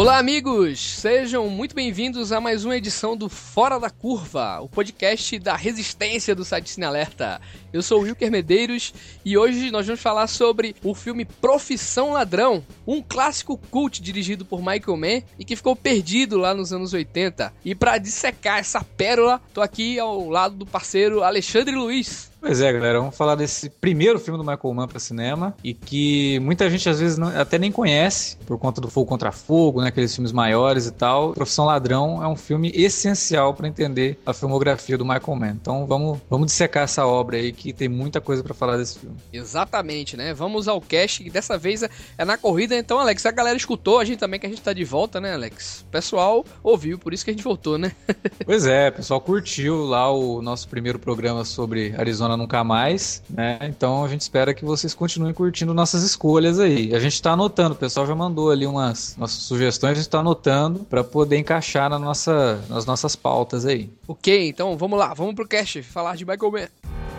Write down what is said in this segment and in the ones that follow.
Olá, amigos! Sejam muito bem-vindos a mais uma edição do Fora da Curva, o podcast da resistência do site Cine Alerta. Eu sou o Wilker Medeiros e hoje nós vamos falar sobre o filme Profissão Ladrão, um clássico cult dirigido por Michael Mann e que ficou perdido lá nos anos 80. E para dissecar essa pérola, tô aqui ao lado do parceiro Alexandre Luiz. Pois é, galera, vamos falar desse primeiro filme do Michael Mann para cinema e que muita gente às vezes até nem conhece por conta do Fogo Contra Fogo, né, aqueles filmes maiores e tal. Profissão Ladrão é um filme essencial para entender a filmografia do Michael Mann. Então vamos dissecar essa obra aí que tem muita coisa para falar desse filme. Exatamente, né? Vamos ao cast, que dessa vez é na corrida. Então, Alex, a galera escutou a gente também, que a gente tá de volta, né, Alex? O pessoal ouviu, por isso que a gente voltou, né? Pois é, o pessoal curtiu lá o nosso primeiro programa sobre Arizona Nunca Mais, né? Então a gente espera que vocês continuem curtindo nossas escolhas aí. A gente tá anotando, o pessoal já mandou ali umas nossas sugestões, a gente tá anotando para poder encaixar nas nossas pautas aí. Ok, então vamos lá, vamos pro cast, falar de Michael Mann.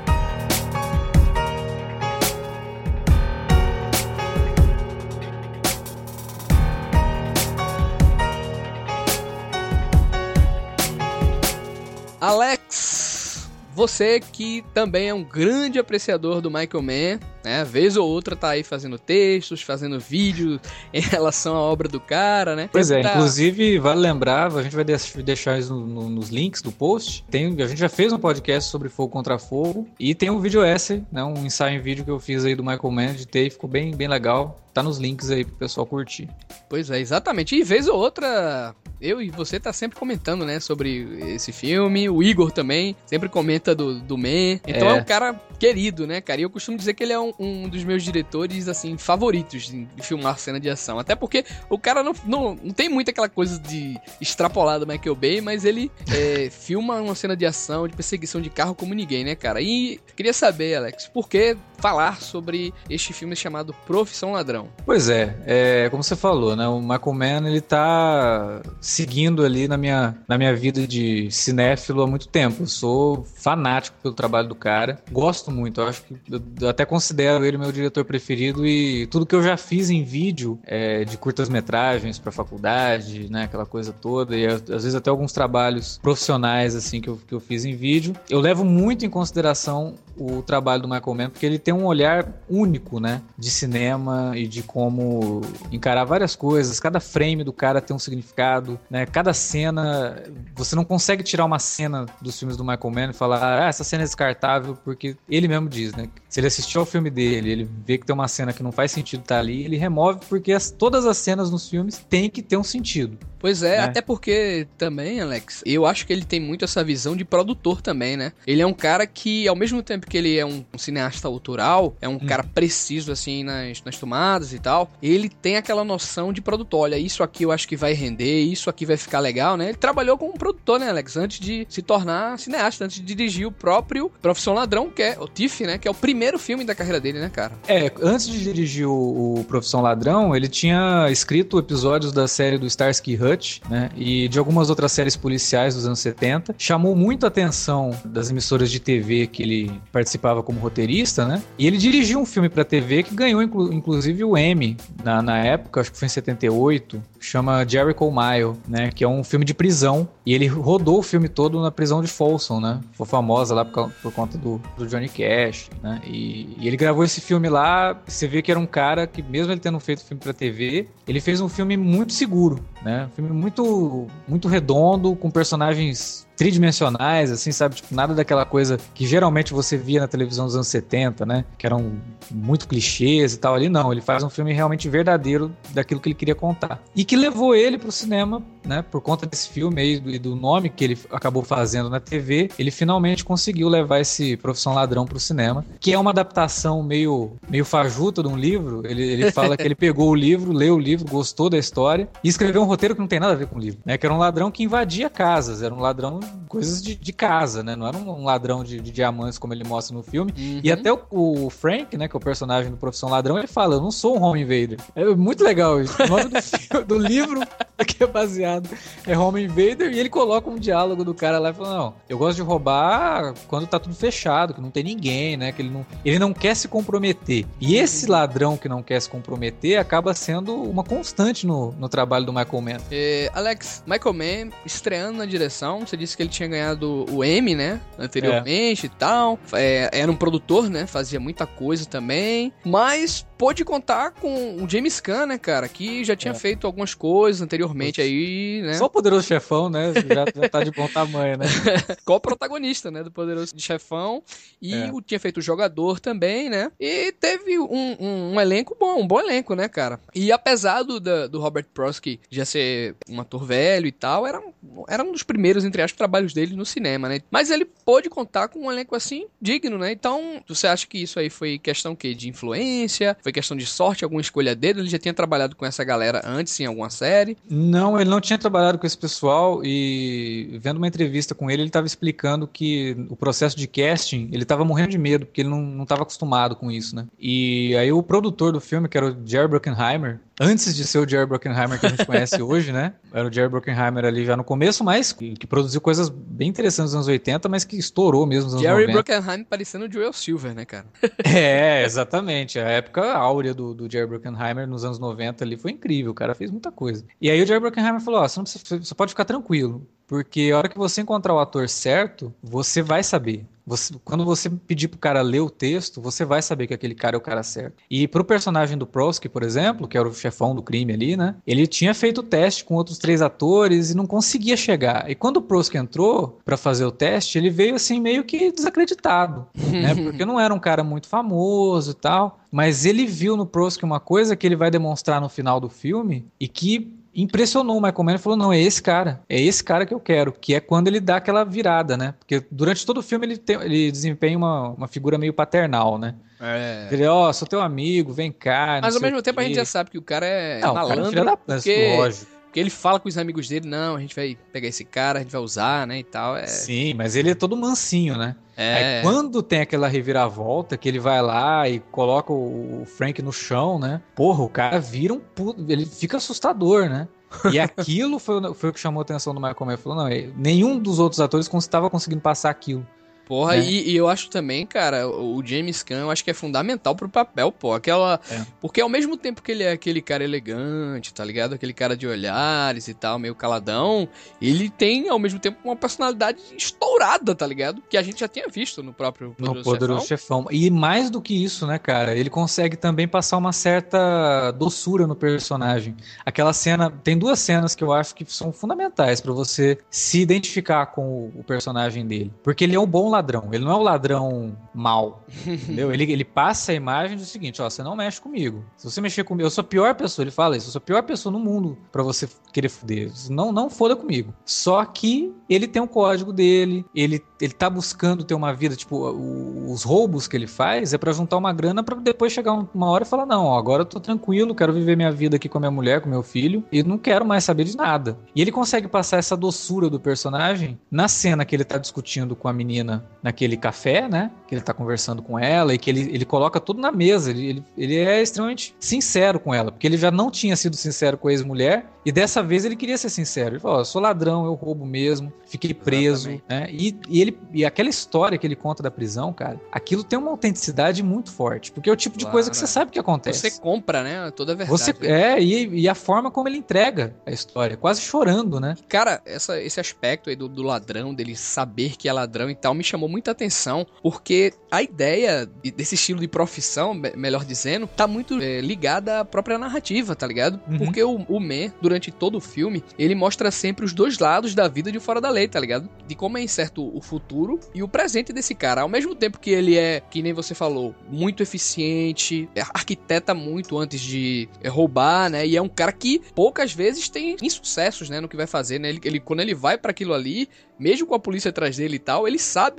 Alex, você que também é um grande apreciador do Michael Mann, né? Vez ou outra tá aí fazendo textos, fazendo vídeos em relação à obra do cara, né? Pois é, inclusive vale lembrar, a gente vai deixar isso nos links do post. A gente já fez um podcast sobre Fogo Contra Fogo e tem um vídeo essay, né? Um ensaio em vídeo que eu fiz aí do Michael Mann, editei, ficou bem legal. Tá nos links aí pro pessoal curtir. Pois é, exatamente. E vez ou outra, eu e você tá sempre comentando, né, sobre esse filme. O Igor também sempre comenta do Man. Então é um cara querido, né, cara? E eu costumo dizer que ele é um dos meus diretores, assim, favoritos de filmar cena de ação. Até porque o cara não tem muito aquela coisa de extrapolar do Michael Bay, mas ele filma uma cena de ação, de perseguição de carro como ninguém, né, cara? E queria saber, Alex, por que falar sobre este filme chamado Profissão Ladrão? Pois é, como você falou, né, o Michael Mann, ele tá seguindo ali na minha vida de cinéfilo há muito tempo. Eu sou fanático pelo trabalho do cara, gosto muito, eu acho que eu até considero ele meu diretor preferido e tudo que eu já fiz em vídeo, de curtas-metragens pra faculdade, né, aquela coisa toda, e às vezes até alguns trabalhos profissionais, assim, que eu fiz em vídeo, eu levo muito em consideração o trabalho do Michael Mann, porque ele tem um olhar único, né, de cinema e de como encarar várias coisas. Cada frame do cara tem um significado, né, cada cena, você não consegue tirar uma cena dos filmes do Michael Mann e falar, essa cena é descartável, porque ele mesmo diz, né, se ele assistiu ao filme dele, ele vê que tem uma cena que não faz sentido estar ali, ele remove, porque todas as cenas nos filmes têm que ter um sentido. Pois é, até porque também, Alex, eu acho que ele tem muito essa visão de produtor também, né? Ele é um cara que, ao mesmo tempo que ele é um cineasta autoral, é um cara preciso, assim, nas tomadas e tal, ele tem aquela noção de produtor. Olha, isso aqui eu acho que vai render, isso aqui vai ficar legal, né? Ele trabalhou como produtor, né, Alex? Antes de se tornar cineasta, antes de dirigir o próprio Profissão Ladrão, que é o TIFF, né? Que é o primeiro filme da carreira dele, né, cara? Antes de dirigir o Profissão Ladrão, ele tinha escrito episódios da série do Starsky Hutch, né, e de algumas outras séries policiais dos anos 70. Chamou muito a atenção das emissoras de TV que ele participava como roteirista, né? E ele dirigiu um filme pra TV que ganhou inclusive o Emmy na época, acho que foi em 78, chama Jericho Mile, né, que é um filme de prisão, e ele rodou o filme todo na prisão de Folsom, né? Foi famosa lá por conta do Johnny Cash, né? E ele gravou esse filme lá, você vê que era um cara que, mesmo ele tendo feito filme pra TV, ele fez um filme muito seguro, né? Um filme muito, muito redondo, com personagens tridimensionais, assim, sabe? Tipo, nada daquela coisa que geralmente você via na televisão dos anos 70, né? Que eram muito clichês e tal. Ali não, ele faz um filme realmente verdadeiro daquilo que ele queria contar. E que levou ele pro cinema, né? Por conta desse filme aí e do nome que ele acabou fazendo na TV, ele finalmente conseguiu levar esse Profissão Ladrão pro cinema, que é uma adaptação meio fajuta de um livro. Ele fala que ele pegou o livro, leu o livro, gostou da história e escreveu um roteiro que não tem nada a ver com o livro, né? Que era um ladrão que invadia casas, era um ladrão coisas de casa, né? Não era um ladrão de diamantes como ele mostra no filme. E até o Frank, né, que é o personagem do Profissão Ladrão, ele fala, eu não sou um home invader. É muito legal isso. O nome do livro que é baseado é Home Invader, e ele coloca um diálogo do cara lá e fala, não, eu gosto de roubar quando tá tudo fechado, que não tem ninguém, né, que ele não quer se comprometer. E esse ladrão que não quer se comprometer acaba sendo uma constante no trabalho do Michael Mann. Alex, Michael Mann estreando na direção, você disse que ele tinha ganhado o Emmy, né, anteriormente e tal, era um produtor, né, fazia muita coisa também, mas pôde contar com o James Caan, né, cara, que já tinha feito algumas coisas anteriormente aí, né. Só o Poderoso Chefão, né, já tá de bom tamanho, né. Qual o protagonista, né, do Poderoso Chefão, e tinha feito o Jogador também, né, e teve um elenco bom, um bom elenco, né, cara. E apesar do Robert Prosky já ser um ator velho e tal, era um dos primeiros, entre aspas, trabalhos dele no cinema, né, mas ele pôde contar com um elenco assim, digno, né, então você acha que isso aí foi questão o quê? De influência? Foi questão de sorte, alguma escolha dele? Ele já tinha trabalhado com essa galera antes em alguma série? Não, ele não tinha trabalhado com esse pessoal, e vendo uma entrevista com ele estava explicando que o processo de casting, ele estava morrendo de medo, porque ele não estava acostumado com isso, né? E aí o produtor do filme, que era o Jerry Bruckheimer, antes de ser o Jerry Bruckheimer que a gente conhece hoje, né? Era o Jerry Bruckheimer ali já no começo, mas que produziu coisas bem interessantes nos anos 80, mas que estourou mesmo nos anos 90. Jerry Bruckheimer parecendo o Joel Silver, né, cara? Exatamente. A época áurea do Jerry Bruckheimer nos anos 90 ali foi incrível, o cara fez muita coisa. E aí o Jerry Bruckheimer falou, você pode ficar tranquilo, porque a hora que você encontrar o ator certo, você vai saber. Quando você pedir pro cara ler o texto, você vai saber que aquele cara é o cara certo. E pro personagem do Prosky, por exemplo, que era o chefão do crime ali, né? Ele tinha feito o teste com outros 3 atores e não conseguia chegar. E quando o Prosky entrou pra fazer o teste, ele veio assim meio que desacreditado, né? Porque não era um cara muito famoso e tal. Mas ele viu no Prosky uma coisa que ele vai demonstrar no final do filme e que impressionou o Michael Mann e falou, não, é esse cara que eu quero, que é quando ele dá aquela virada, né? Porque durante todo o filme ele desempenha uma figura meio paternal, né? Ele, sou teu amigo, vem cá. Mas ao mesmo tempo a gente já sabe que o cara é malandro, cara é porque... lógico. Porque ele fala com os amigos dele, não, a gente vai pegar esse cara, a gente vai usar, né, e tal. Sim, mas ele é todo mansinho, né? É. Aí quando tem aquela reviravolta, que ele vai lá e coloca o Frank no chão, né? Porra, o cara vira um puto, ele fica assustador, né? E aquilo foi o que chamou a atenção do Michael Mann. Ele falou, não, nenhum dos outros atores estava conseguindo passar aquilo. Porra, e eu acho também, cara, o James Caan, eu acho que é fundamental pro papel, pô. Porque ao mesmo tempo que ele é aquele cara elegante, tá ligado? Aquele cara de olhares e tal, meio caladão, ele tem, ao mesmo tempo, uma personalidade estourada, tá ligado? Que a gente já tinha visto no próprio Poderoso Chefão. E mais do que isso, né, cara? Ele consegue também passar uma certa doçura no personagem. Aquela cena, tem 2 cenas que eu acho que são fundamentais pra você se identificar com o personagem dele. Porque ele é um bom ladrão, ele não é o ladrão mau, entendeu? Ele passa a imagem do seguinte, você não mexe comigo. Se você mexer comigo, eu sou a pior pessoa, ele fala isso, eu sou a pior pessoa no mundo pra você querer foder. Não foda comigo. Só que ele tem um código dele, ele tá buscando ter uma vida, tipo, os roubos que ele faz é pra juntar uma grana pra depois chegar uma hora e falar, não, agora eu tô tranquilo, quero viver minha vida aqui com a minha mulher, com meu filho, e não quero mais saber de nada. E ele consegue passar essa doçura do personagem na cena que ele tá discutindo com a menina naquele café, né? Que ele tá conversando com ela e que ele coloca tudo na mesa. Ele é extremamente sincero com ela, porque ele já não tinha sido sincero com a ex-mulher e dessa vez ele queria ser sincero. Ele falou, eu sou ladrão, eu roubo mesmo, fiquei preso, né? E aquela história que ele conta da prisão, cara, aquilo tem uma autenticidade muito forte, porque é o tipo de coisa que você sabe que acontece. Você compra, né? Toda a verdade. E a forma como ele entrega a história, quase chorando, né? Cara, esse aspecto aí do ladrão, dele saber que é ladrão e tal, me chamou muita atenção, porque a ideia desse estilo de profissão, melhor dizendo, tá muito ligada à própria narrativa, tá ligado? Porque o Mann, durante todo o filme, ele mostra sempre os 2 lados da vida de fora da lei, tá ligado? De como é incerto o futuro e o presente desse cara. Ao mesmo tempo que ele é, que nem você falou, muito eficiente, arquiteta muito antes de roubar, né? E é um cara que poucas vezes tem insucessos, né? No que vai fazer, né? Quando ele vai pra aquilo ali, mesmo com a polícia atrás dele e tal, ele sabe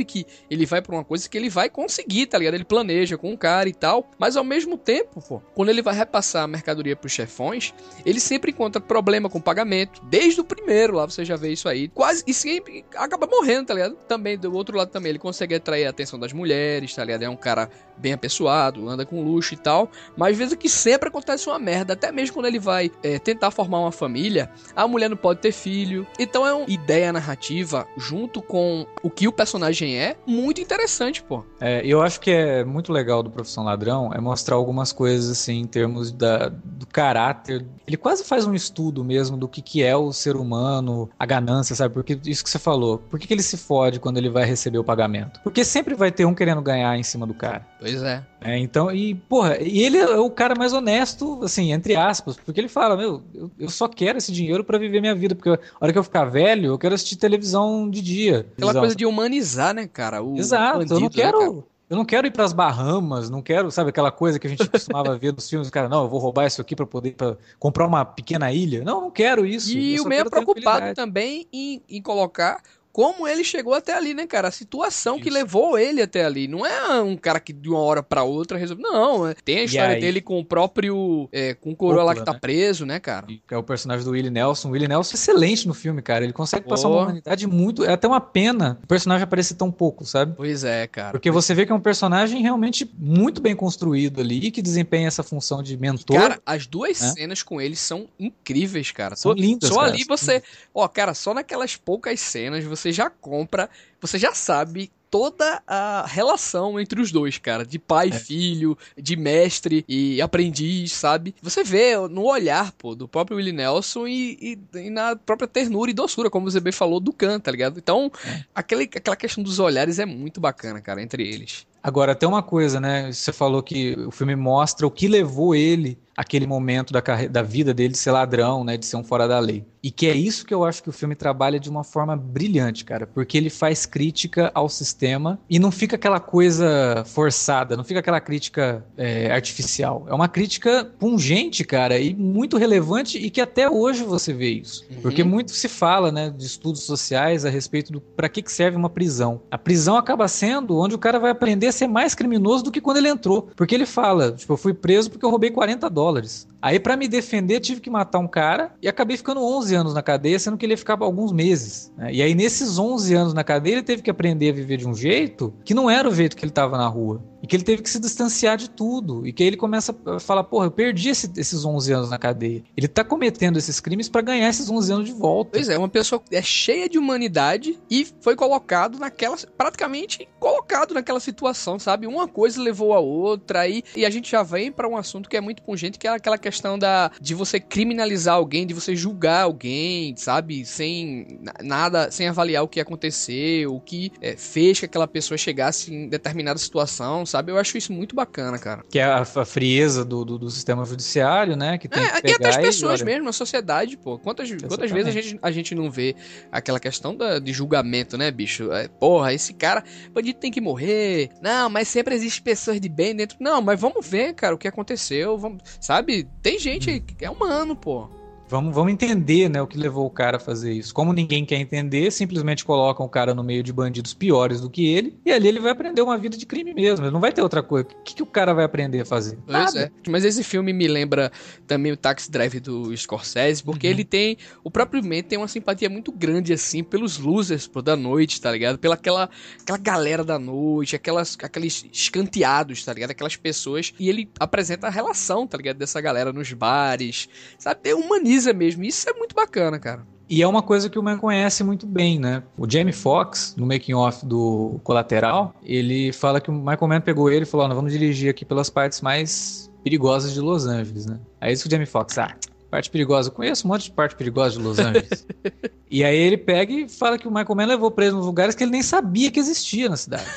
que ele vai pra uma coisa que ele vai conseguir, tá ligado? Ele planeja com um cara e tal, mas ao mesmo tempo, pô, quando ele vai repassar a mercadoria pros chefões, ele sempre encontra problema com pagamento, desde o primeiro lá, você já vê isso aí, quase, e sempre acaba morrendo, tá ligado? Também, do outro lado também, ele consegue atrair a atenção das mulheres, tá ligado? É um cara bem apessoado, anda com luxo e tal, mas às vezes que sempre acontece uma merda, até mesmo quando ele vai tentar formar uma família, a mulher não pode ter filho, então é uma ideia narrativa, junto com o que o personagem é, muito interessante, pô. Eu acho que é muito legal do Profissão Ladrão é mostrar algumas coisas, assim, em termos do caráter. Ele quase faz um estudo mesmo do que é o ser humano, a ganância, sabe? Porque isso que você falou, por que ele se fode quando ele vai receber o pagamento? Porque sempre vai ter um querendo ganhar em cima do cara. Pois é. Então, e ele é o cara mais honesto, assim, entre aspas, porque ele fala, eu só quero esse dinheiro pra viver minha vida, porque a hora que eu ficar velho, eu quero assistir televisão de dia. Aquela coisa de humanizar, né, cara? Exato, bandido, eu não quero... né, cara? Eu não quero ir pras Bahamas, não quero, sabe, aquela coisa que a gente costumava ver nos filmes, cara, não, eu vou roubar isso aqui pra poder comprar uma pequena ilha. Não quero isso. E Eu o só meio é quero preocupado tranquilidade. também em colocar como ele chegou até ali, né, cara? A situação que Isso. levou ele até ali. Não é um cara que de uma hora pra outra resolveu. Não, tem a história aí? dele com o próprio. Com o coroa lá que Coppola, tá né? preso, né, cara? Que é o personagem do Willie Nelson. O Willie Nelson é excelente no filme, cara. Ele consegue passar uma Pô. humanidade muito. É até uma pena o personagem aparecer tão pouco, sabe? Pois é, cara. Porque você vê que é um personagem realmente muito bem construído ali, que desempenha essa função de mentor. Cara, as duas né? cenas com ele são incríveis, cara. São lindas, Só cara. ali você. Ó, cara, só naquelas poucas cenas você já compra, você já sabe toda a relação entre os dois, cara. De pai e filho, de mestre e aprendiz, sabe? Você vê no olhar, pô, do próprio Willie Nelson e na própria ternura e doçura, como o ZB falou, do Khan, tá ligado? Então, aquela questão dos olhares é muito bacana, cara, entre eles. Agora, tem uma coisa, né? Você falou que o filme mostra o que levou ele àquele momento da vida dele de ser ladrão, né? De ser um fora da lei. E que é isso que eu acho que o filme trabalha de uma forma brilhante, cara. Porque ele faz crítica ao sistema e não fica aquela coisa forçada, não fica aquela crítica artificial. É uma crítica pungente, cara, e muito relevante e que até hoje você vê isso. Porque muito se fala, né, de estudos sociais a respeito do para que serve uma prisão. A prisão acaba sendo onde o cara vai aprender a ser mais criminoso do que quando ele entrou. Porque ele fala, tipo, eu fui preso porque eu roubei $40. Aí pra me defender tive que matar um cara e acabei ficando 11 anos na cadeia, sendo que ele ia ficar alguns meses. Né? E aí nesses 11 anos na cadeia ele teve que aprender a viver de um jeito que não era o jeito que ele tava na rua. E que ele teve que se distanciar de tudo. E que aí ele começa a falar, porra, eu perdi esses 11 anos na cadeia. Ele tá cometendo esses crimes pra ganhar esses 11 anos de volta. Pois é, uma pessoa cheia de humanidade e foi colocado praticamente colocado naquela situação, sabe? Uma coisa levou a outra e a gente já vem pra um assunto que é muito pungente, que é aquela questão de você criminalizar alguém, de você julgar alguém, sabe? Sem nada, sem avaliar o que aconteceu, o que fez que aquela pessoa chegasse em determinada situação, sabe? Eu acho isso muito bacana, cara. Que é a frieza do sistema judiciário, né? Que tem que pegar e até as pessoas olha... mesmo, a sociedade, pô. Quantas vezes a gente não vê aquela questão de julgamento, né, bicho? Porra, esse cara, bandido tem que morrer. Não, mas sempre existe pessoas de bem dentro. Não, mas vamos ver, cara, o que aconteceu. Sabe? Tem gente que é humano, pô. Vamos entender, né, o que levou o cara a fazer isso. Como ninguém quer entender, simplesmente colocam o cara no meio de bandidos piores do que ele, e ali ele vai aprender uma vida de crime mesmo. Ele não vai ter outra coisa. O que o cara vai aprender a fazer? Pois é. Mas esse filme me lembra também o Taxi Drive do Scorsese, porque ele tem, o próprio Man tem uma simpatia muito grande, assim, pelos losers, pô, da noite, tá ligado? Pela aquela galera da noite, aqueles escanteados, tá ligado? Aquelas pessoas, e ele apresenta a relação, tá ligado? Dessa galera nos bares, sabe? Tem humaniza mesmo, isso é muito bacana, cara. E é uma coisa que o Man conhece muito bem, né? O Jamie Foxx, no making off do Colateral, ele fala que o Michael Mann pegou ele e falou, nós vamos dirigir aqui pelas partes mais perigosas de Los Angeles, né? Aí isso que o Jamie Foxx, parte perigosa, eu conheço um monte de parte perigosa de Los Angeles. E aí ele pega e fala que o Michael Mann levou preso nos lugares que ele nem sabia que existia na cidade.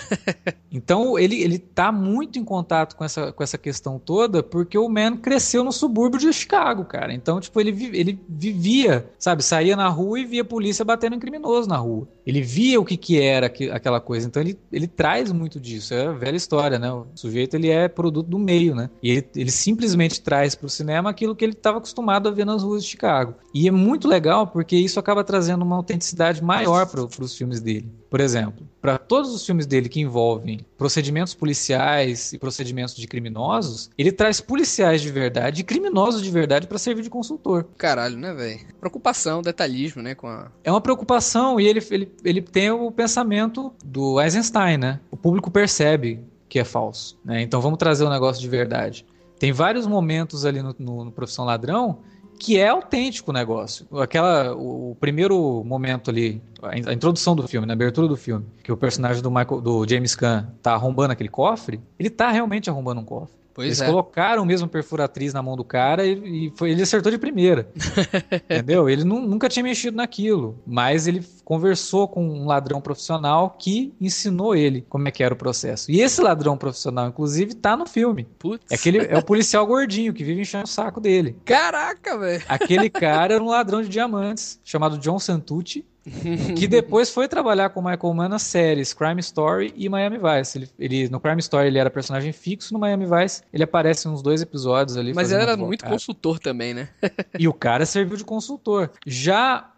Então ele tá muito em contato com essa questão toda, porque o Mann cresceu no subúrbio de Chicago, cara. Então, tipo, ele vivia, sabe, saía na rua e via a polícia batendo em criminoso na rua. Ele via o que era aquela coisa. Então ele traz muito disso. É a velha história, né? O sujeito, ele é produto do meio, né? E ele simplesmente traz pro cinema aquilo que ele estava acostumado a ver nas ruas de Chicago. E é muito legal porque isso acaba trazendo uma autenticidade maior para os filmes dele. por exemplo, para todos os filmes dele que envolvem procedimentos policiais e procedimentos de criminosos, ele traz policiais de verdade e criminosos de verdade para servir de consultor. Caralho, né, velho? Preocupação, detalhismo, né? É uma preocupação e ele tem o pensamento do Eisenstein, né? O público percebe que é falso, né? Então vamos trazer um negócio de verdade. Tem vários momentos ali no Profissão Ladrão que é autêntico o negócio. O primeiro momento ali, a introdução do filme, na abertura do filme, que o personagem do James Caan tá arrombando aquele cofre, ele tá realmente arrombando um cofre. Eles colocaram mesmo perfuratriz na mão do cara e ele acertou de primeira. Entendeu? Ele nunca tinha mexido naquilo, mas ele conversou com um ladrão profissional que ensinou ele como é que era o processo. E esse ladrão profissional, inclusive, tá no filme. Putz. É o policial gordinho que vive enchendo o saco dele. Caraca, velho! Aquele cara era um ladrão de diamantes, chamado John Santucci, que depois foi trabalhar com o Michael Mann nas séries Crime Story e Miami Vice. No Crime Story ele era personagem fixo, no Miami Vice ele aparece em uns 2 episódios ali. Mas ele era muito consultor também, né? E o cara serviu de consultor. Já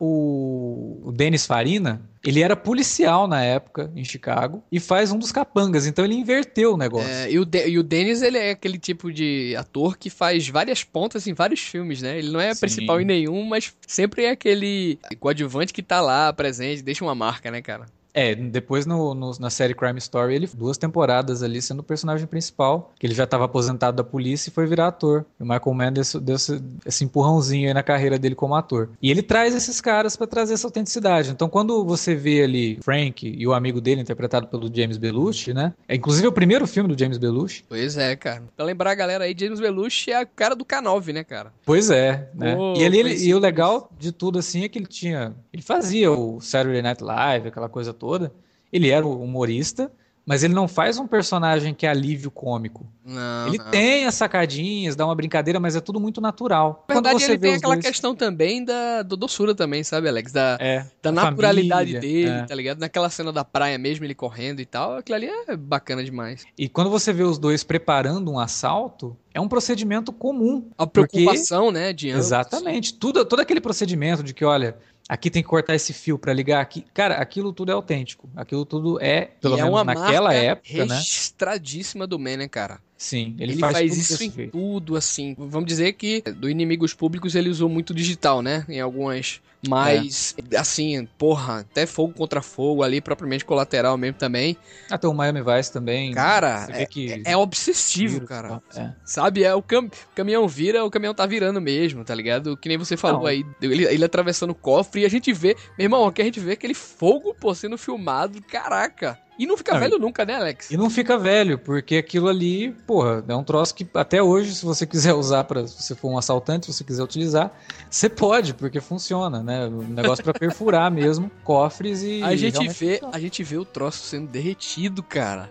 o Dennis Farina, ele era policial na época, em Chicago, e faz um dos capangas, então ele inverteu o negócio. E o Dennis, ele é aquele tipo de ator que faz várias pontas em vários filmes, né? Ele não é principal em nenhum, mas sempre é aquele coadjuvante que tá lá, presente, deixa uma marca, né, cara? Depois na série Crime Story, ele 2 temporadas ali sendo o personagem principal, que ele já estava aposentado da polícia e foi virar ator. E o Michael Mann deu esse empurrãozinho aí na carreira dele como ator. E ele traz esses caras para trazer essa autenticidade. Então, quando você vê ali Frank e o amigo dele, interpretado pelo James Belushi, né? É inclusive o primeiro filme do James Belushi. Pois é, cara. Pra lembrar a galera aí, James Belushi é a cara do K9, né, cara? Pois é, né? E o legal de tudo, assim, é que ele fazia o Saturday Night Live, aquela coisa toda. Ele era o humorista, mas ele não faz um personagem que é alívio cômico. Ele tem as sacadinhas, dá uma brincadeira, mas é tudo muito natural. Na verdade, ele tem aquela questão também da doçura também, sabe, Alex? Da naturalidade dele, tá ligado? Naquela cena da praia mesmo, ele correndo e tal, aquilo ali é bacana demais. E quando você vê os dois preparando um assalto, é um procedimento comum. A preocupação, né, de ambos. Exatamente. Todo aquele procedimento de que, olha, aqui tem que cortar esse fio pra ligar aqui. Cara, aquilo tudo é autêntico. Aquilo tudo pelo menos naquela época, né? Registradíssima do Man, né, cara? Sim, ele faz isso em tudo, assim. Vamos dizer que do Inimigos Públicos ele usou muito digital, né? Em algumas. Mas, assim, porra, até Fogo Contra Fogo ali, propriamente Colateral mesmo também. Até o Miami Vice também. Cara, é obsessivo, cara. Sabe? O caminhão vira, o caminhão tá virando mesmo, tá ligado? Que nem você falou aí, ele atravessando o cofre e a gente vê, meu irmão, aqui a gente vê aquele fogo, pô, sendo filmado, caraca. E não fica velho nunca, né, Alex? E não fica velho, porque aquilo ali, porra, é um troço que até hoje, se você quiser usar, se você for um assaltante, se você quiser utilizar, você pode, porque funciona, né? Um negócio pra perfurar mesmo, cofres e... A gente vê o troço sendo derretido, cara.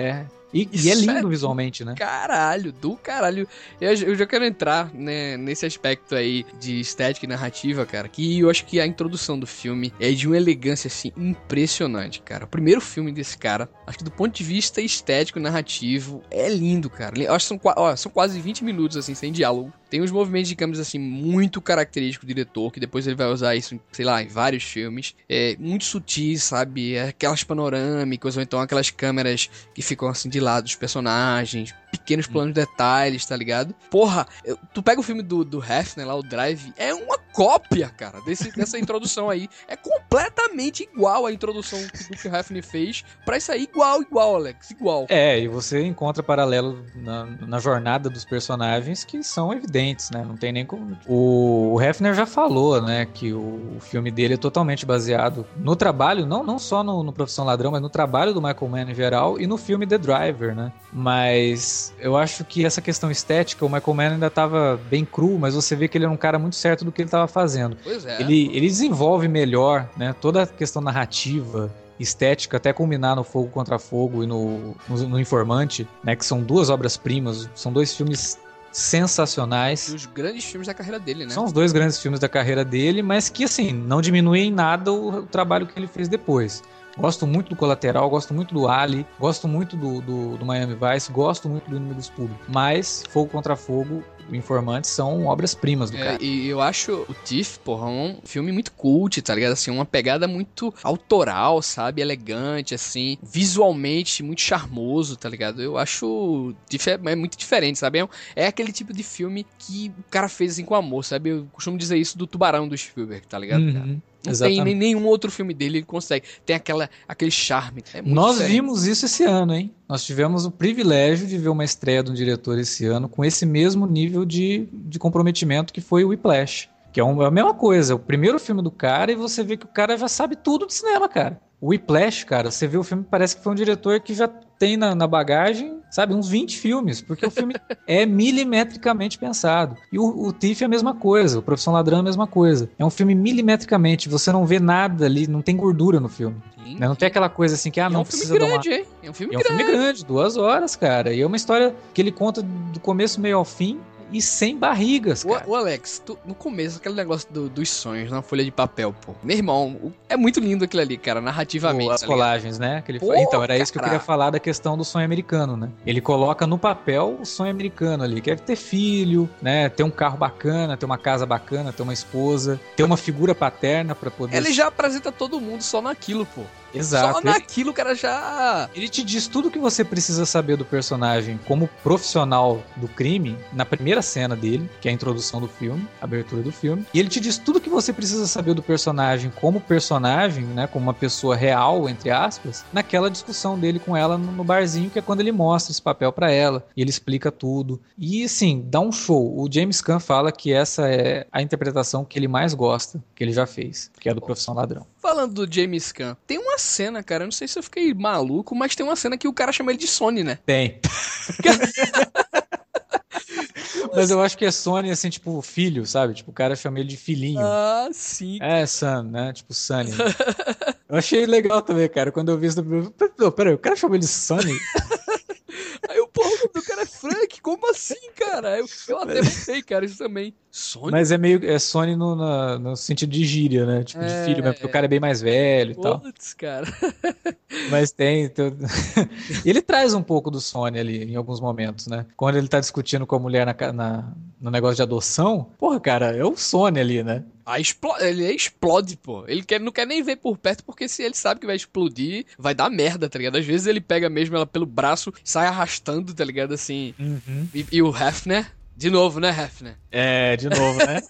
E é lindo visualmente, né? Caralho, do caralho. Eu já quero entrar, né, nesse aspecto aí de estética e narrativa, cara, que eu acho que a introdução do filme é de uma elegância, assim, impressionante, cara. O primeiro filme desse cara, acho que do ponto de vista estético e narrativo, é lindo, cara. Eu acho que são quase 20 minutos, assim, sem diálogo. Tem uns movimentos de câmeras, assim, muito característicos do diretor, que depois ele vai usar isso, sei lá, em vários filmes. Muito sutis, sabe? Aquelas panorâmicas, ou então aquelas câmeras que ficam, assim, de lado dos personagens, pequenos planos de detalhes, tá ligado? Porra, tu pega o filme do Hefner lá, o Drive, é uma cópia, cara, dessa introdução aí. É completamente igual a introdução que o Hefner fez pra isso aí, igual, Alex, igual. E você encontra paralelo na jornada dos personagens que são evidentes, né? Não tem nem como... O Hefner já falou, né, que o filme dele é totalmente baseado no trabalho, não só no Profissão Ladrão, mas no trabalho do Michael Mann em geral e no filme The Driver, né? Mas eu acho que essa questão estética, o Michael Mann ainda estava bem cru, mas você vê que ele era um cara muito certo do que ele estava fazendo. Pois é. Ele desenvolve melhor, né, toda a questão narrativa, estética, até culminar no Fogo Contra Fogo e no Informante, né, que são 2 obras-primas, são 2 filmes sensacionais. E os grandes filmes da carreira dele, né? São os 2 grandes filmes da carreira dele, mas que, assim, não diminuem em nada o trabalho que ele fez depois. Gosto muito do Colateral, gosto muito do Ali, gosto muito do Miami Vice, gosto muito do Inimigos Públicos. Mas Fogo Contra Fogo, o Informante são obras-primas do cara. E eu acho o Thief, porra, um filme muito cult, tá ligado? Assim, uma pegada muito autoral, sabe? Elegante, assim, visualmente muito charmoso, tá ligado? Eu acho o Thief é muito diferente, sabe? É aquele tipo de filme que o cara fez assim com amor, sabe? Eu costumo dizer isso do Tubarão do Spielberg, tá ligado, cara? Não Exatamente. tem nenhum outro filme dele que consegue. Tem aquele charme. É muito Nós diferente. vimos isso esse ano, hein? Nós tivemos o privilégio de ver uma estreia de um diretor esse ano com esse mesmo nível de comprometimento que foi o Whiplash. Que é a mesma coisa, o primeiro filme do cara e você vê que o cara já sabe tudo de cinema, cara. O Whiplash, cara, você vê o filme, parece que foi um diretor que já tem na bagagem, sabe, uns 20 filmes, porque o filme é milimetricamente pensado. E o Thief é a mesma coisa, o Profissão Ladrão é a mesma coisa. É um filme milimetricamente, você não vê nada ali, não tem gordura no filme. Né? Não tem aquela coisa assim que, não precisa dar uma... É um filme grande, hein? É um filme grande. É um filme grande, 2 horas, cara. E é uma história que ele conta do começo, meio ao fim, e sem barrigas, cara. O Alex, no começo, aquele negócio dos sonhos na folha de papel, pô. Meu irmão, é muito lindo aquilo ali, cara, narrativamente. As colagens, né? Que ele Pô, então, era isso que eu cara. queria falar da questão do sonho americano, né? Ele coloca no papel o sonho americano ali, que é ter filho, né? Ter um carro bacana, ter uma casa bacana, ter uma esposa, ter uma figura paterna pra poder... Ele já apresenta todo mundo só naquilo, pô. Exato. Só naquilo o cara já... Ele te diz tudo o que você precisa saber do personagem como profissional do crime na primeira cena dele, que é a introdução do filme, a abertura do filme. E ele te diz tudo o que você precisa saber do personagem como personagem, né, como uma pessoa real, entre aspas, naquela discussão dele com ela no barzinho, que é quando ele mostra esse papel pra ela. E ele explica tudo. E, assim, dá um show. O James Caan fala que essa é a interpretação que ele mais gosta, que ele já fez, que é do Profissão Ladrão. Falando do James Caan, tem uma cena, cara, eu não sei se eu fiquei maluco, mas tem uma cena que o cara chama ele de Sony, né? Tem. Mas eu acho que é Sony, assim, tipo, filho, sabe? Tipo, o cara chama ele de filhinho. Ah, sim. É, Son, né? Tipo, Sonny. Eu achei legal também, cara. Quando eu vi isso, peraí, o cara chama ele de Sonny? Aí o porra, o nome do cara é Frank, como assim, cara? Eu até pensei, cara, isso também. Sony? Mas é Sony no sentido de gíria, né? Tipo, de filho mesmo, porque o cara é bem mais velho e tal. Putz, cara. Mas tem. Ele traz um pouco do Sony ali em alguns momentos, né? Quando ele tá discutindo com a mulher no negócio de adoção, porra, cara, é o Sony ali, né? Ele explode, pô. Ele não quer nem ver por perto, porque se ele sabe que vai explodir, vai dar merda, tá ligado? Às vezes ele pega mesmo ela pelo braço, sai arrastando, tá ligado? Assim. Uhum. E o Hefner, de novo, né, Hefner? É, de novo, né?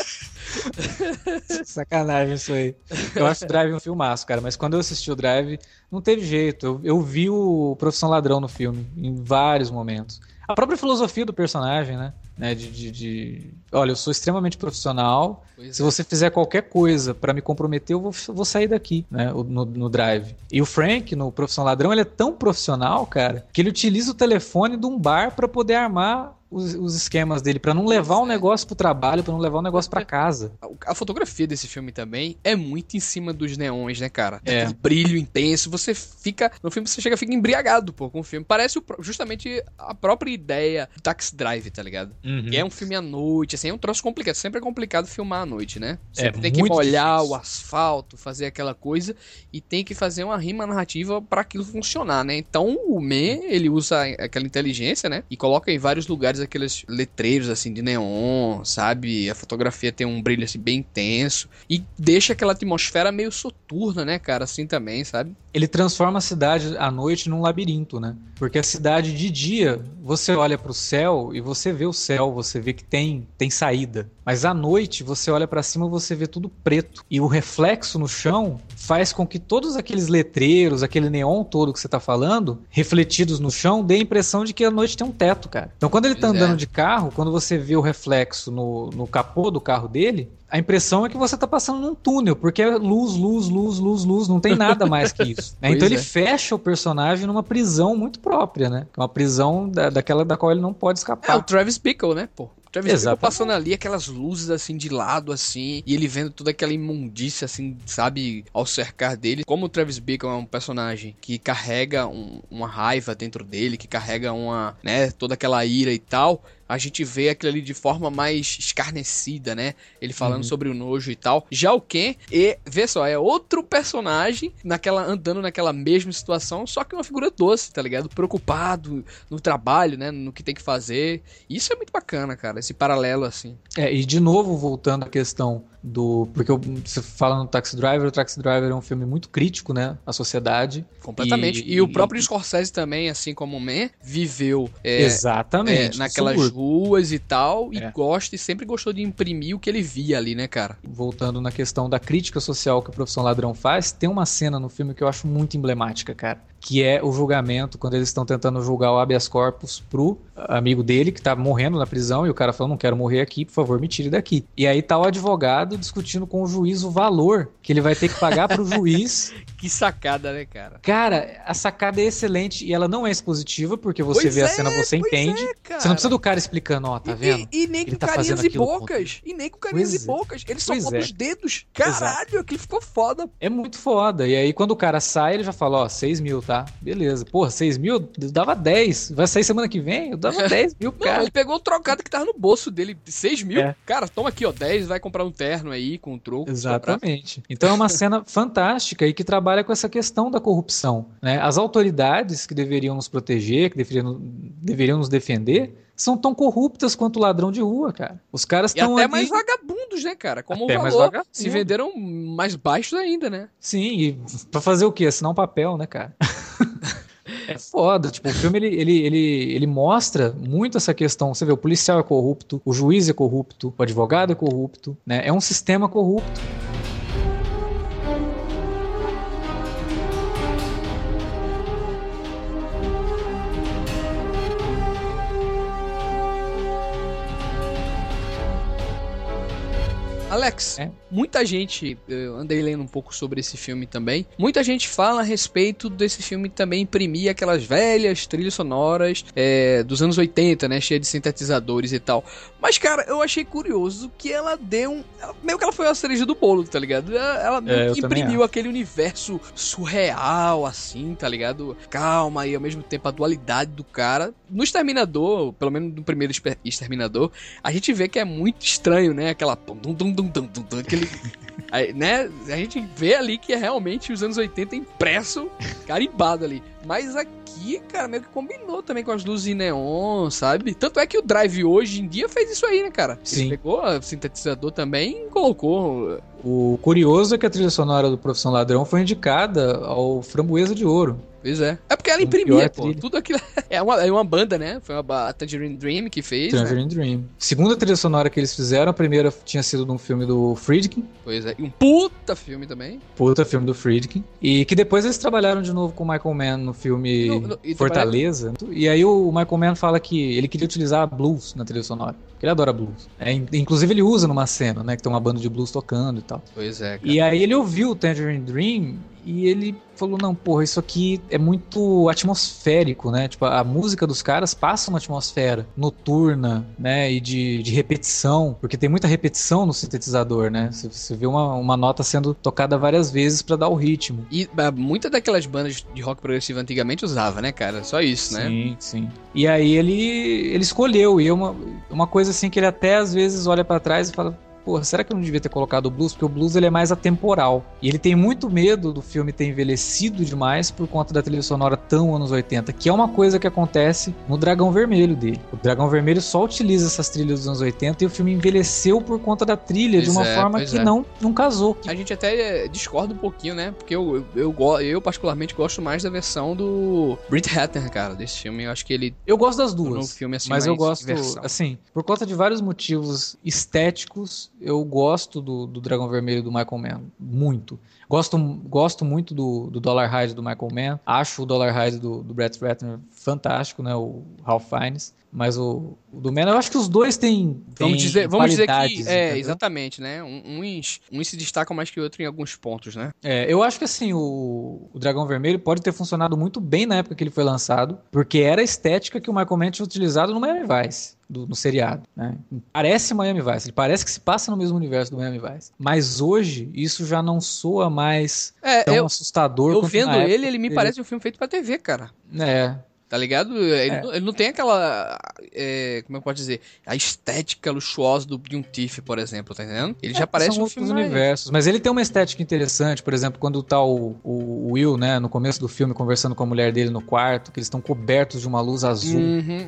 Sacanagem isso aí. Eu acho o Drive um filmaço, cara, mas quando eu assisti o Drive, não teve jeito. Eu vi o Profissão Ladrão no filme, em vários momentos. A própria filosofia do personagem, né? Olha, eu sou extremamente profissional. Se você fizer qualquer coisa pra me comprometer, eu vou sair daqui, né? No Drive. E o Frank, no Profissão Ladrão, ele é tão profissional, cara, que ele utiliza o telefone de um bar pra poder armar os esquemas dele, pra não levar um negócio pro trabalho, pra não levar um negócio pra casa. A fotografia desse filme também é muito em cima dos neons, né, cara? É. Aquele brilho intenso, você fica... No filme você fica embriagado, pô, com o filme. Parece justamente a própria ideia do Taxi Drive, tá ligado? Uhum. Que é um filme à noite, assim, é um troço complicado. Sempre é complicado filmar à noite, né? Sempre tem que muito molhar difícil. o asfalto, fazer aquela coisa e tem que fazer uma rima narrativa pra aquilo funcionar, né? Então o Man, ele usa aquela inteligência, né? E coloca em vários lugares aqueles letreiros, assim, de neon, sabe? A fotografia tem um brilho, assim, bem intenso e deixa aquela atmosfera meio soturna, né, cara? Assim também, sabe? Ele transforma a cidade à noite num labirinto, né? Porque a cidade de dia, você olha pro céu e você vê o céu, você vê que tem saída. Mas à noite, você olha pra cima e você vê tudo preto. E o reflexo no chão faz com que todos aqueles letreiros, aquele neon todo que você tá falando, refletidos no chão, dê a impressão de que a noite tem um teto, cara. Então quando ele tá andando de carro, quando você vê o reflexo no capô do carro dele, a impressão é que você tá passando num túnel, porque é luz, luz, luz, luz, luz, não tem nada mais que isso. Né? Então ele fecha o personagem numa prisão muito própria, né? Uma prisão daquela da qual ele não pode escapar. É o Travis Bickle, né, pô? Travis Bickle passando ali, aquelas luzes assim de lado, assim, e ele vendo toda aquela imundícia, assim, sabe, ao cercar dele. Como o Travis Bickle é um personagem que carrega uma raiva dentro dele, que carrega toda aquela ira e tal, a gente vê aquilo ali de forma mais escarnecida, né? Ele falando sobre o nojo e tal. Já o Ken, vê só, é outro personagem andando naquela mesma situação, só que uma figura doce, tá ligado? Preocupado no trabalho, né? No que tem que fazer. Isso é muito bacana, cara, esse paralelo assim. E de novo, voltando à questão porque você fala no Taxi Driver, o Taxi Driver é um filme muito crítico, né, à sociedade. Completamente. E o próprio Scorsese também, assim como o Man, viveu exatamente, naquelas ruas e tal, e sempre gostou de imprimir o que ele via ali, né, cara? Voltando na questão da crítica social que o Profissão Ladrão faz, tem uma cena no filme que eu acho muito emblemática, cara, que é o julgamento, quando eles estão tentando julgar o habeas corpus pro amigo dele, que tá morrendo na prisão, e o cara falou, não quero morrer aqui, por favor, me tire daqui. E aí tá o advogado discutindo com o juiz o valor que ele vai ter que pagar pro juiz. Que sacada, né, cara? Cara, a sacada é excelente e ela não é expositiva, porque você vê a cena, você entende. Você não precisa do cara explicando, ó, tá vendo? E nem com carinhas e bocas. E nem com carinhas e bocas. Ele só conta os dedos. Caralho, aquilo ficou foda. É muito foda. E aí, quando o cara sai, ele já fala, ó, 6 mil, tá? Beleza. Porra, 6 mil? Eu dava 10. Vai sair semana que vem? Eu dava 10 mil, cara. Não, ele pegou o trocado que tava no bolso dele. 6 mil? Cara, toma aqui, ó, 10, vai comprar um terno aí com um troco. Exatamente. Então é uma cena fantástica e que trabalha com essa questão da corrupção, né? As autoridades que deveriam nos proteger, que deveriam nos defender, são tão corruptas quanto o ladrão de rua, cara. Os caras estão até mais vagabundos, né, cara? Como até o valor se venderam mais baixos ainda, né? Sim, e pra fazer o quê? Assinar um papel, né, cara? É foda, tipo, o filme ele mostra muito essa questão. Você vê, o policial é corrupto, o juiz é corrupto, o advogado é corrupto, né? É um sistema corrupto. Alex, muita gente, eu andei lendo um pouco sobre esse filme também, muita gente fala a respeito desse filme também imprimir aquelas velhas trilhas sonoras dos anos 80, né, cheia de sintetizadores e tal. Mas, cara, eu achei curioso que ela deu meio que ela foi a cereja do bolo, tá ligado? Ela meio que imprimiu aquele universo surreal, assim, tá ligado? Calma e ao mesmo tempo a dualidade do cara. No Exterminador, pelo menos no primeiro Exterminador, a gente vê que é muito estranho, né? Aquela aquele, né? A gente vê ali que é realmente os anos 80 impresso, carimbado ali. Mas aqui, cara, meio que combinou também com as luzes em neon, sabe? Tanto é que o Drive hoje em dia fez isso aí, né, cara? Sim. Ele pegou o sintetizador também e colocou. O curioso é que a trilha sonora do Profissão Ladrão foi indicada ao Framboesa de Ouro. Pois é. É porque ela imprimia, pô. Tudo aquilo. É uma banda, né? Foi a Tangerine Dream que fez. Tangerine Dream. Segunda trilha sonora que eles fizeram, a primeira tinha sido de um filme do Friedkin. Pois é. E um puta filme também. Puta filme do Friedkin. E que depois eles trabalharam de novo com o Michael Mann no filme Fortaleza. E aí o Michael Mann fala que ele queria utilizar blues na trilha sonora. Porque ele adora blues. Inclusive ele usa numa cena, né? Que tem uma banda de blues tocando e tal. Pois é, cara. E aí ele ouviu o Tangerine Dream e ele falou, não, porra, isso aqui é muito atmosférico, né? Tipo, a música dos caras passa uma atmosfera noturna, né? E de repetição, porque tem muita repetição no sintetizador, né? Você vê uma nota sendo tocada várias vezes pra dar o ritmo. E muitas daquelas bandas de rock progressivo antigamente usava, né, cara? Só isso, né? Sim, sim. E aí ele escolheu, e é uma coisa assim que ele até às vezes olha pra trás e fala, pô, será que eu não devia ter colocado o blues? Porque o blues ele é mais atemporal. E ele tem muito medo do filme ter envelhecido demais por conta da trilha sonora tão anos 80, que é uma coisa que acontece no Dragão Vermelho dele. O Dragão Vermelho só utiliza essas trilhas dos anos 80 e o filme envelheceu por conta da trilha de uma forma que não casou. A gente até discorda um pouquinho, né? Porque eu particularmente gosto mais da versão do Brit Hatter, cara, desse filme. Eu acho que ele... Eu gosto das duas, um filme, assim, mas eu gosto, assim, por conta de vários motivos estéticos, eu gosto do Dragão Vermelho do Michael Mann, muito. Gosto muito do Dollar Hyde do Michael Mann. Acho o Dollar Hyde do Brett Ratner fantástico, né? O Ralph Fiennes. Mas o do Mann, eu acho que os dois têm vamos dizer que exatamente, né? Uns se destacam mais que o outro em alguns pontos, né? Eu acho que assim, o Dragão Vermelho pode ter funcionado muito bem na época que ele foi lançado, porque era a estética que o Michael Mann tinha utilizado no Miami Vice. No seriado, né? Parece Miami Vice, ele parece que se passa no mesmo universo do Miami Vice. Mas hoje, isso já não soa mais tão assustador. Eu vendo ele me parece um filme feito pra TV, cara. tá ligado? Ele não tem aquela, como eu posso dizer, a estética luxuosa de um Tiff, por exemplo, tá entendendo? Ele já aparece no filme universos, mas ele tem uma estética interessante, por exemplo, quando tá o Will, né, no começo do filme, conversando com a mulher dele no quarto, que eles estão cobertos de uma luz azul.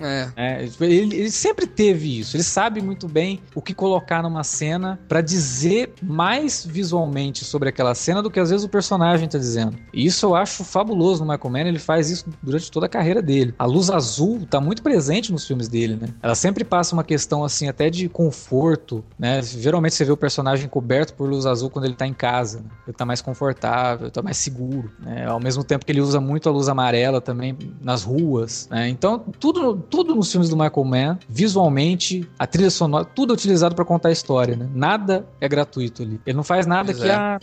Ele sempre teve isso, ele sabe muito bem o que colocar numa cena pra dizer mais visualmente sobre aquela cena do que às vezes o personagem tá dizendo. E isso eu acho fabuloso no Michael Mann, ele faz isso durante toda a carreira dele. A luz azul tá muito presente nos filmes dele, né? Ela sempre passa uma questão assim, até de conforto, né? Geralmente você vê o personagem coberto por luz azul quando ele tá em casa, né? Ele tá mais confortável, tá mais seguro, né? Ao mesmo tempo que ele usa muito a luz amarela também nas ruas, né? Então, tudo nos filmes do Michael Mann, visualmente, a trilha sonora, tudo é utilizado pra contar a história, né? Nada é gratuito ali. Ele não faz nada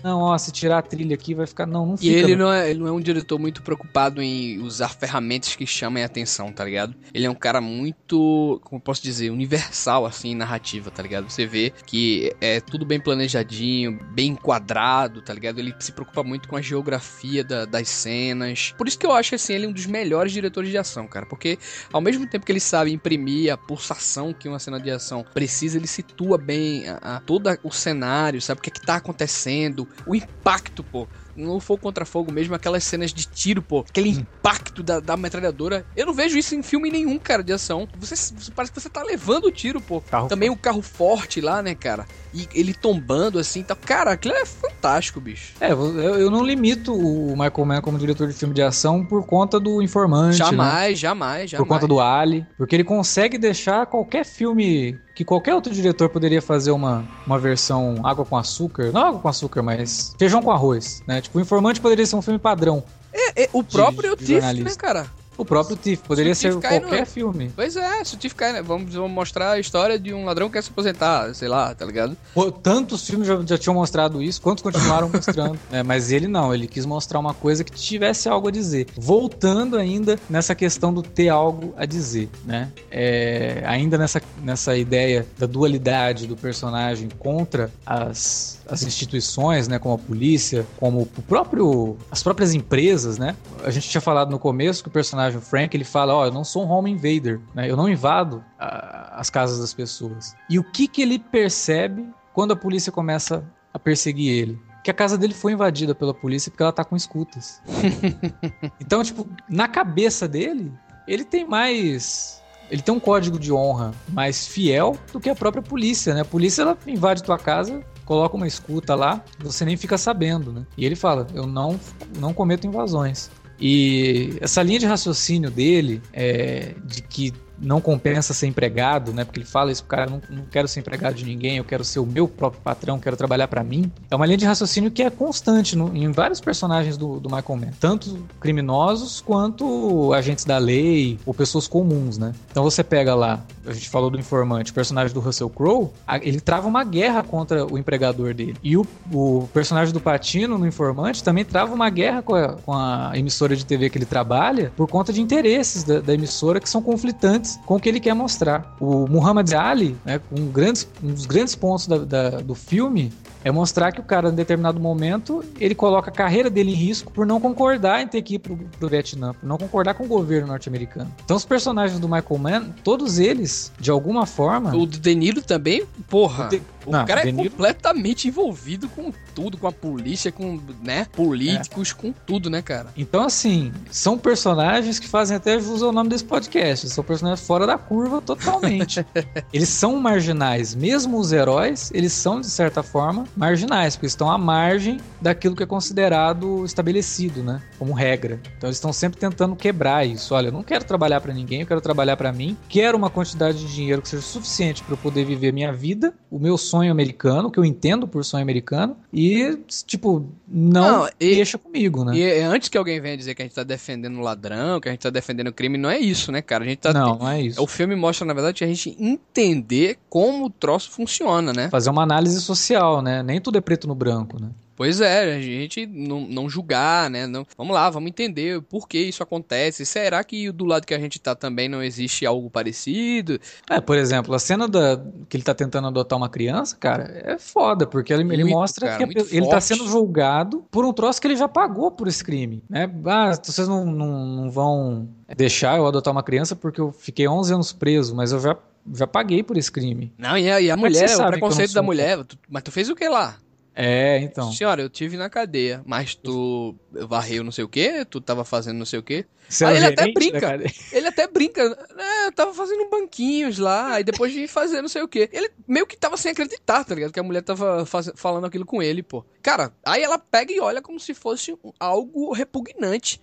se tirar a trilha aqui vai ficar... Não fica. E ele não é um diretor muito preocupado em usar ferramentas que chamem a atenção, tá ligado? Ele é um cara muito, como eu posso dizer, universal, assim, em narrativa, tá ligado? Você vê que é tudo bem planejadinho, bem enquadrado, tá ligado? Ele se preocupa muito com a geografia das cenas. Por isso que eu acho, assim, ele um dos melhores diretores de ação, cara. Porque ao mesmo tempo que ele sabe imprimir a pulsação que uma cena de ação precisa, ele situa bem todo o cenário, sabe? O que tá acontecendo, o impacto, pô. No Fogo Contra Fogo mesmo, aquelas cenas de tiro, pô, aquele impacto da metralhadora. Eu não vejo isso em filme nenhum, cara, de ação. Você parece que você tá levando o tiro, pô. Também o carro forte lá, né, cara? E ele tombando assim, tá. Cara, aquilo é fantástico, bicho. Eu não limito o Michael Mann como diretor de filme de ação por conta do Informante. Jamais. Por conta do Ali. Porque ele consegue deixar qualquer filme que qualquer outro diretor poderia fazer uma versão água com açúcar. Não água com açúcar, mas feijão com arroz, né? Tipo, o Informante poderia ser um filme padrão. O próprio Tiff, né, cara? O próprio Tiff, poderia ser qualquer filme. Pois é, se o Tiff cai, né? Vamos mostrar a história de um ladrão que quer se aposentar, sei lá, tá ligado? Pô, tantos filmes já tinham mostrado isso, quantos continuaram mostrando. Mas ele não, ele quis mostrar uma coisa que tivesse algo a dizer. Voltando ainda nessa questão do ter algo a dizer, né? Ainda nessa ideia da dualidade do personagem contra as instituições, né, como a polícia, como as próprias empresas, né? A gente tinha falado no começo que o personagem Frank, ele fala, eu não sou um home invader, né? Eu não invado as casas das pessoas. E o que ele percebe quando a polícia começa a perseguir ele? Que a casa dele foi invadida pela polícia porque ela tá com escutas. Então, tipo, na cabeça dele, ele tem um código de honra mais fiel do que a própria polícia, né? A polícia, ela invade tua casa, coloca uma escuta lá, você nem fica sabendo, né? E ele fala, eu não cometo invasões. E essa linha de raciocínio dele, de que não compensa ser empregado, né? Porque ele fala isso, cara, eu não quero ser empregado de ninguém, eu quero ser o meu próprio patrão, quero trabalhar pra mim. É uma linha de raciocínio que é constante em vários personagens do Michael Mann, tanto criminosos quanto agentes da lei ou pessoas comuns, né? Então você pega lá, a gente falou do Informante, o personagem do Russell Crowe, ele trava uma guerra contra o empregador dele. E o personagem do Pacino no Informante também trava uma guerra com a emissora de TV que ele trabalha por conta de interesses da emissora que são conflitantes com o que ele quer mostrar. O Muhammad Ali, né, um dos grandes pontos do filme é mostrar que o cara, em determinado momento, ele coloca a carreira dele em risco por não concordar em ter que ir pro Vietnã, por não concordar com o governo norte-americano. Então os personagens do Michael Mann, todos eles, de alguma forma... O De Niro também, porra... O cara é completamente envolvido com tudo, com a polícia, com, né, políticos, com tudo, né, cara? Então, assim, são personagens que fazem até jus ao nome desse podcast. São personagens fora da curva totalmente. Eles são marginais. Mesmo os heróis, eles são, de certa forma, marginais, porque estão à margem daquilo que é considerado estabelecido, né, como regra. Então, eles estão sempre tentando quebrar isso. Olha, eu não quero trabalhar pra ninguém, eu quero trabalhar pra mim. Quero uma quantidade de dinheiro que seja suficiente pra eu poder viver minha vida, o meu sonho americano, que eu entendo por sonho americano, e, tipo, não deixa comigo, né? E antes que alguém venha dizer que a gente tá defendendo o ladrão, que a gente tá defendendo o crime, não é isso, né, cara? A gente tá... Não é isso. O filme mostra, na verdade, a gente entender como o troço funciona, né? Fazer uma análise social, né? né? Nem tudo é preto no branco, né? Pois é, a gente não julgar, né? Não, vamos lá, vamos entender por que isso acontece. Será que do lado que a gente tá também não existe algo parecido? Por exemplo, a cena que ele tá tentando adotar uma criança, cara, é foda, porque ele mostra cara, que ele tá sendo julgado por um troço que ele já pagou por esse crime, né? Vocês não vão deixar eu adotar uma criança porque eu fiquei 11 anos preso, mas eu já paguei por esse crime. Não, e a mulher, o preconceito da mulher, mas tu fez o que lá? Então. Senhora, eu tive na cadeia, mas tu varreu não sei o quê, tu tava fazendo não sei o quê. Aí ele até brinca, eu tava fazendo banquinhos lá, aí depois de fazer não sei o quê. Ele meio que tava sem acreditar, tá ligado? Que a mulher tava falando aquilo com ele, pô. Cara, aí ela pega e olha como se fosse algo repugnante.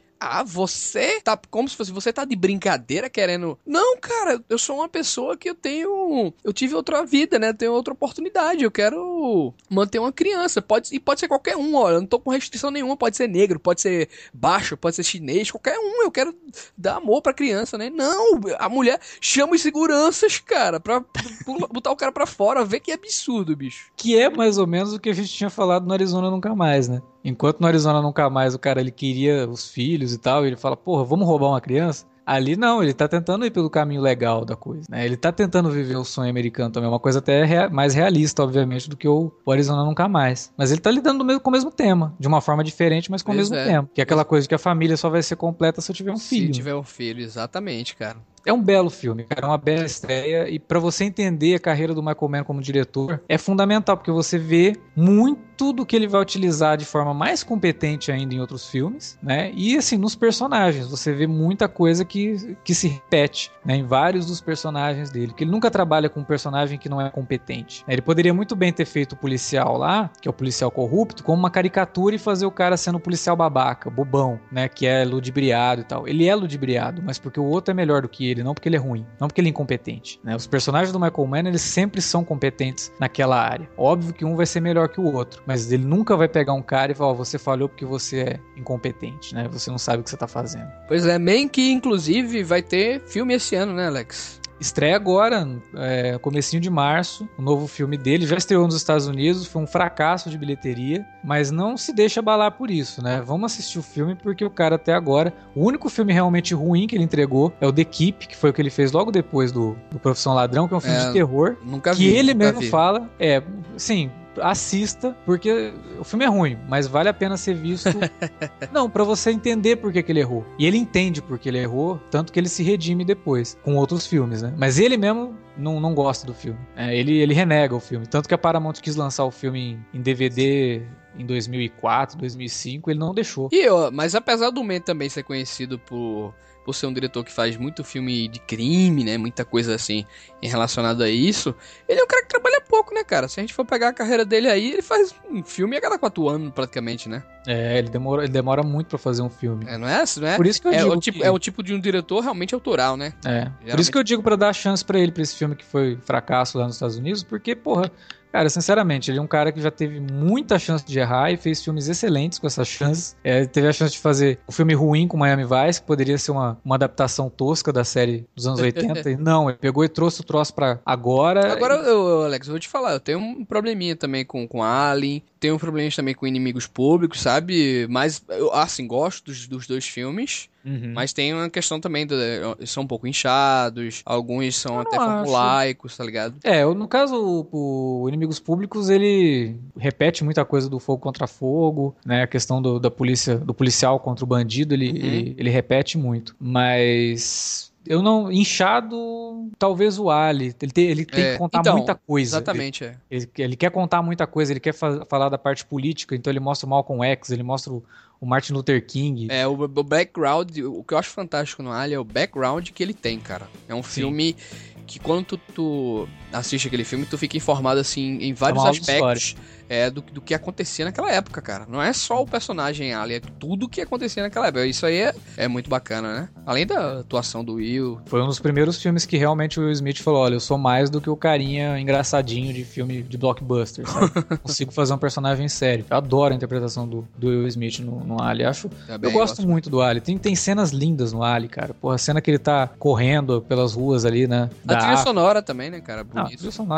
Você tá como se fosse, você tá de brincadeira querendo... Não, cara, eu sou uma pessoa que eu tive outra vida, né? Eu tenho outra oportunidade, eu quero manter uma criança. Pode ser qualquer um, olha, eu não tô com restrição nenhuma, pode ser negro, pode ser baixo, pode ser chinês, qualquer um, eu quero dar amor pra criança, né? Não, a mulher chama os seguranças, cara, pra botar o cara pra fora, ver que absurdo, bicho. Que é mais ou menos o que a gente tinha falado no Arizona Nunca Mais, né? Enquanto no Arizona Nunca Mais o cara ele queria os filhos e tal, e ele fala, porra, vamos roubar uma criança? Ali não, ele tá tentando ir pelo caminho legal da coisa, né? Ele tá tentando viver o sonho americano também, uma coisa até mais realista, obviamente, do que o Arizona Nunca Mais. Mas ele tá lidando com o mesmo tema, de uma forma diferente, mas com o mesmo tema. Que é aquela coisa de que a família só vai ser completa se eu tiver um filho. Se tiver um filho, exatamente, cara. É um belo filme, cara, é uma bela estreia, e pra você entender a carreira do Michael Mann como diretor, é fundamental, porque você vê muito do que ele vai utilizar de forma mais competente ainda em outros filmes, né, e assim, nos personagens, você vê muita coisa que se repete, né, em vários dos personagens dele, que ele nunca trabalha com um personagem que não é competente. Ele poderia muito bem ter feito o policial lá, que é o policial corrupto, como uma caricatura e fazer o cara sendo um policial babaca, bobão, né, que é ludibriado e tal. Ele é ludibriado, mas porque o outro é melhor do que ele, não porque ele é ruim, não porque ele é incompetente, né? Os personagens do Michael Mann, eles sempre são competentes naquela área. Óbvio que um vai ser melhor que o outro, mas ele nunca vai pegar um cara e falar, você falhou porque você é incompetente, né? Você não sabe o que você tá fazendo. Pois é, Mann que inclusive vai ter filme esse ano, né, Alex? Estreia agora, comecinho de março, o novo filme dele, já estreou nos Estados Unidos, foi um fracasso de bilheteria, mas não se deixa abalar por isso, né? Vamos assistir o filme porque o cara até agora, o único filme realmente ruim que ele entregou é o The Keep, que foi o que ele fez logo depois do Profissão Ladrão, que é um filme de terror, nunca que ele mesmo fala, sim, assista, porque o filme é ruim, mas vale a pena ser visto não, pra você entender por que ele errou. E ele entende por que ele errou, tanto que ele se redime depois, com outros filmes, né? Mas ele mesmo não gosta do filme. Ele renega o filme. Tanto que a Paramount quis lançar o filme em DVD em 2004, 2005, ele não deixou. Mas apesar do Man também ser conhecido por ser um diretor que faz muito filme de crime, né, muita coisa assim relacionada a isso, ele é um cara que trabalha pouco, né, cara? Se a gente for pegar a carreira dele aí, ele faz um filme a cada 4 anos, praticamente, né? Ele demora muito pra fazer um filme. Não é? Por isso que eu digo é o tipo de um diretor realmente autoral, né? Geralmente... Por isso que eu digo pra dar chance pra ele, pra esse filme que foi fracasso lá nos Estados Unidos, porque, porra, cara, sinceramente, ele é um cara que já teve muita chance de errar e fez filmes excelentes com essas chances. Teve a chance de fazer um filme ruim com Miami Vice, que poderia ser uma adaptação tosca da série dos anos 80. E não, ele pegou e trouxe o troço pra agora. Agora, Alex, eu vou te falar, eu tenho um probleminha também com Alien, tenho problemas também com Inimigos Públicos, sabe? Mas, eu, assim, gosto dos dois filmes. Uhum. Mas tem uma questão também, são um pouco inchados, alguns são até formulaicos, tá ligado? No caso, o Inimigos Públicos, ele repete muita coisa do fogo contra fogo, né? A questão da polícia, do policial contra o bandido, ele repete muito. Mas... eu não... Inchado, talvez o Ali. Ele tem que contar muita coisa. Exatamente, ele quer contar muita coisa, ele quer falar da parte política, então ele mostra o Malcolm X, ele mostra o Martin Luther King. O background, o que eu acho fantástico no Ali é o background que ele tem, cara. É um filme que quando tu assiste aquele filme, tu fica informado, assim, em vários aspectos do que acontecia naquela época, cara. Não é só o personagem Ali, é tudo que acontecia naquela época. Isso aí é muito bacana, né? Além da atuação do Will. Foi um dos primeiros filmes que realmente o Will Smith falou, olha, eu sou mais do que o carinha engraçadinho de filme de blockbuster, sabe? Consigo fazer um personagem sério. Eu adoro a interpretação do Will Smith no Ali. Eu gosto muito do Ali. Tem cenas lindas no Ali, cara. Porra, a cena que ele tá correndo pelas ruas ali, né? A trilha sonora também, né, cara? Bonito. A trilha sonora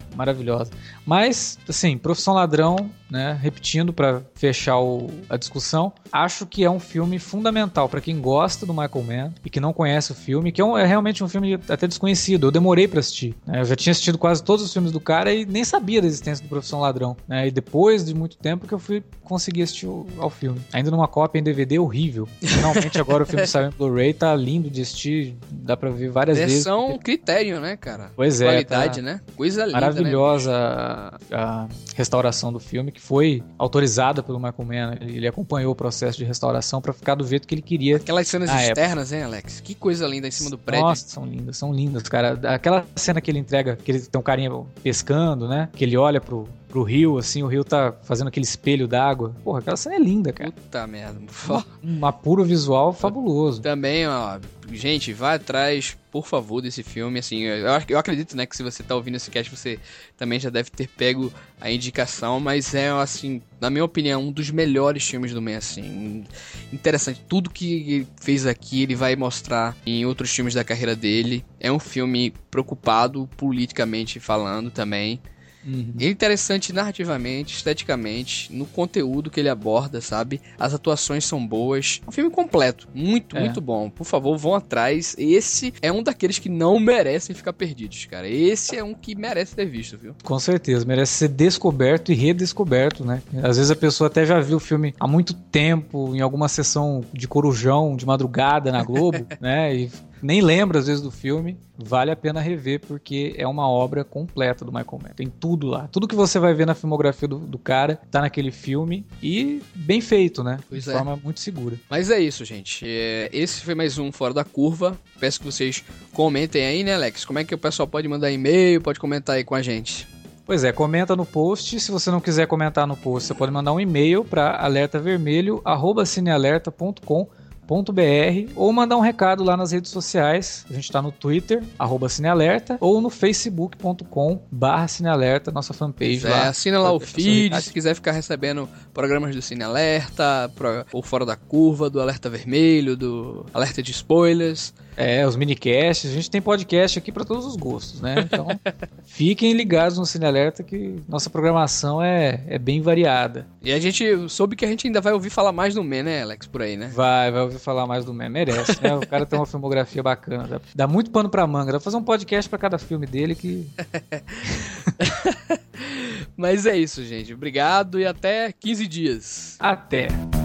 maravilhosa. Mas, assim, Profissão Ladrão, né, repetindo para fechar a discussão, acho que é um filme fundamental para quem gosta do Michael Mann e que não conhece o filme, que é realmente um filme até desconhecido. Eu demorei para assistir, né? Eu já tinha assistido quase todos os filmes do cara e nem sabia da existência do Profissão Ladrão, né? E depois de muito tempo que eu fui conseguir assistir ao filme. Ainda numa cópia em DVD horrível. Finalmente agora o filme saiu em Blu-ray, tá lindo de assistir, dá pra ver várias vezes. Versão critério, né, cara? Pois qualidade, tá né? Coisa linda, maravilhosa, né? a restauração do filme, que foi autorizada pelo Michael Mann. Ele acompanhou o processo de restauração pra ficar do jeito que ele queria. Aquelas cenas externas, hein, Alex? Que coisa linda em cima do prédio. Nossa, são lindas, cara. Aquela cena que ele entrega, que ele tem um carinha pescando, né? Que ele olha pro rio, assim, o rio tá fazendo aquele espelho d'água. Porra, aquela cena é linda, cara. Puta merda. Um apuro visual fabuloso. Também, ó, gente, vai atrás, por favor, desse filme, assim, eu acredito, né, que se você tá ouvindo esse cast, você também já deve ter pego a indicação, mas é, assim, na minha opinião, um dos melhores filmes do Mann, assim, interessante, tudo que ele fez aqui, ele vai mostrar em outros filmes da carreira dele, é um filme preocupado, politicamente falando também. É interessante narrativamente, esteticamente, no conteúdo que ele aborda, sabe? As atuações são boas. É um filme completo, muito bom. Por favor, vão atrás. Esse é um daqueles que não merecem ficar perdidos, cara. Esse é um que merece ter visto, viu? Com certeza, merece ser descoberto e redescoberto, né? Às vezes a pessoa até já viu o filme há muito tempo, em alguma sessão de Corujão, de madrugada na Globo, né? E nem lembra às vezes do filme, vale a pena rever porque é uma obra completa do Michael Mann. Tem tudo lá. Tudo que você vai ver na filmografia do cara tá naquele filme e bem feito, né? Pois de forma muito segura. Mas é isso, gente. Esse foi mais um Fora da Curva. Peço que vocês comentem aí, né, Alex? Como é que o pessoal pode mandar e-mail, pode comentar aí com a gente? Pois é, comenta no post. Se você não quiser comentar no post, você pode mandar um e-mail para alertavermelho@cinealerta.com.br ou mandar um recado lá nas redes sociais. A gente está no Twitter, @cinealerta, ou no facebook.com/cinealerta, nossa fanpage lá. Assina lá o feed, se quiser ficar recebendo programas do Cine Alerta, ou Fora da Curva, do Alerta Vermelho, do Alerta de Spoilers. Os minicasts, a gente tem podcast aqui para todos os gostos, né? Então, fiquem ligados no Cine Alerta que nossa programação é bem variada. E a gente soube que a gente ainda vai ouvir falar mais do Mann, né, Alex, por aí, né? Vai ouvir falar mais do Mann, merece, né? O cara tem uma filmografia bacana, dá muito pano pra manga, dá pra fazer um podcast para cada filme dele que... Mas é isso, gente. Obrigado e até 15 dias. Até!